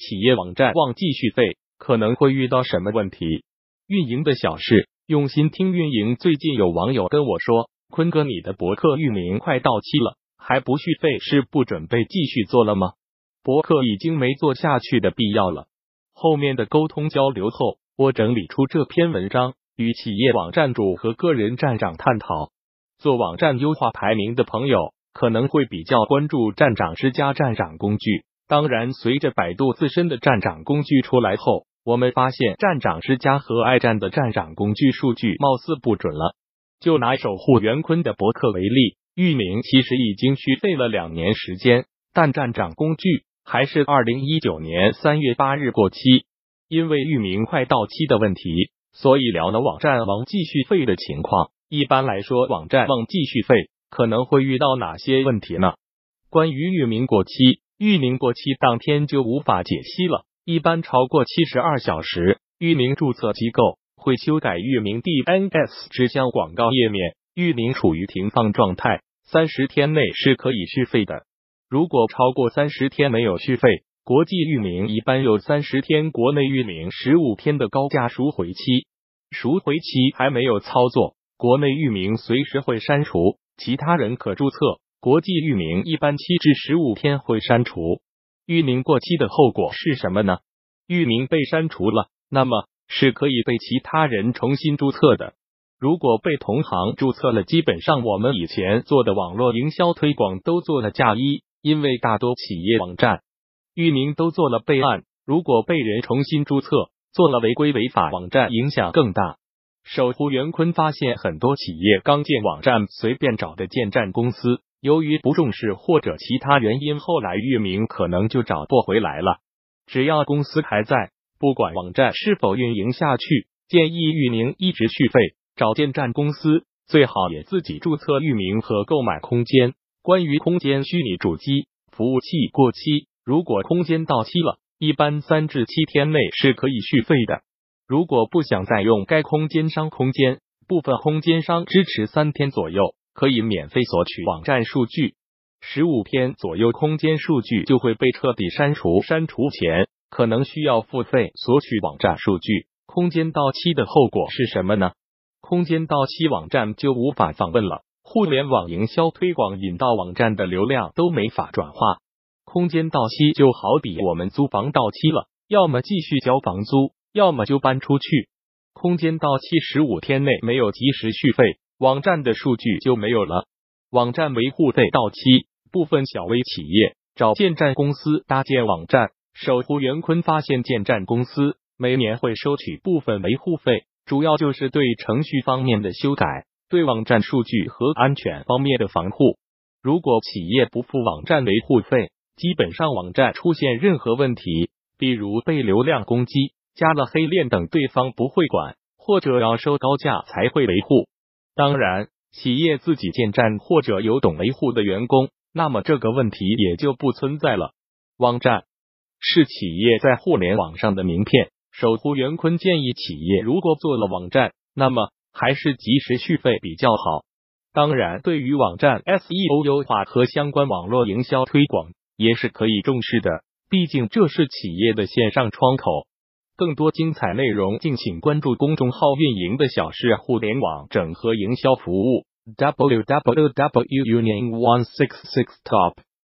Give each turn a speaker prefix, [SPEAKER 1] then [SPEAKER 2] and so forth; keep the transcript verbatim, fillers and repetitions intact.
[SPEAKER 1] 企业网站忘记续费，可能会遇到什么问题？运营的小事，用心听运营。最近有网友跟我说，坤哥，你的博客域名快到期了，还不续费，是不准备继续做了吗？博客已经没做下去的必要了。后面的沟通交流后，我整理出这篇文章，与企业网站主和个人站长探讨。做网站优化排名的朋友可能会比较关注站长之家站长工具。当然，随着百度自身的站长工具出来后，我们发现站长之家和爱站的站长工具数据貌似不准了。就拿守护袁坤的博客为例，域名其实已经续费了两年时间，但站长工具还是二零一九年三月八日过期。因为域名快到期的问题，所以聊了网站忘记续费的情况。一般来说，网站忘记续费可能会遇到哪些问题呢？关于域名过期，域名过期当天就无法解析了，一般超过七十二小时，域名注册机构会修改域名 D N S 指向广告页面，域名处于停放状态，三十天内是可以续费的。如果超过三十天没有续费，国际域名一般有三十天，国内域名十五天的高价赎回期。赎回期还没有操作，国内域名随时会删除，其他人可注册，国际域名一般七至十五天会删除。域名过期的后果是什么呢？域名被删除了，那么是可以被其他人重新注册的。如果被同行注册了，基本上我们以前做的网络营销推广都做了嫁衣，因为大多企业网站域名都做了备案，如果被人重新注册，做了违规违法，网站影响更大。守护袁坤发现，很多企业刚建网站随便找的建站公司，由于不重视或者其他原因，后来域名可能就找不回来了。只要公司还在，不管网站是否运营下去，建议域名一直续费。找建站公司最好也自己注册域名和购买空间。关于空间，虚拟主机服务器过期，如果空间到期了，一般三至七天内是可以续费的。如果不想再用该空间商空间，部分空间商支持三天左右可以免费索取网站数据，十五天左右空间数据就会被彻底删除，删除前可能需要付费索取网站数据。空间到期的后果是什么呢？空间到期，网站就无法访问了，互联网营销推广引到网站的流量都没法转化。空间到期就好比我们租房到期了，要么继续交房租，要么就搬出去。空间到期十五天内没有及时续费，网站的数据就没有了。网站维护费到期，部分小微企业找建站公司搭建网站。守护袁坤发现，建站公司每年会收取部分维护费，主要就是对程序方面的修改，对网站数据和安全方面的防护。如果企业不付网站维护费，基本上网站出现任何问题，比如被流量攻击、加了黑链等，对方不会管，或者要收高价才会维护。当然，企业自己建站或者有懂维护的员工，那么这个问题也就不存在了。网站是企业在互联网上的名片，守护袁坤建议企业如果做了网站，那么还是及时续费比较好。当然，对于网站 S E O 优化和相关网络营销推广也是可以重视的，毕竟这是企业的线上窗口。更多精彩内容，敬请关注公众号运营的小事互联网整合营销服务 w w w dot union one six six top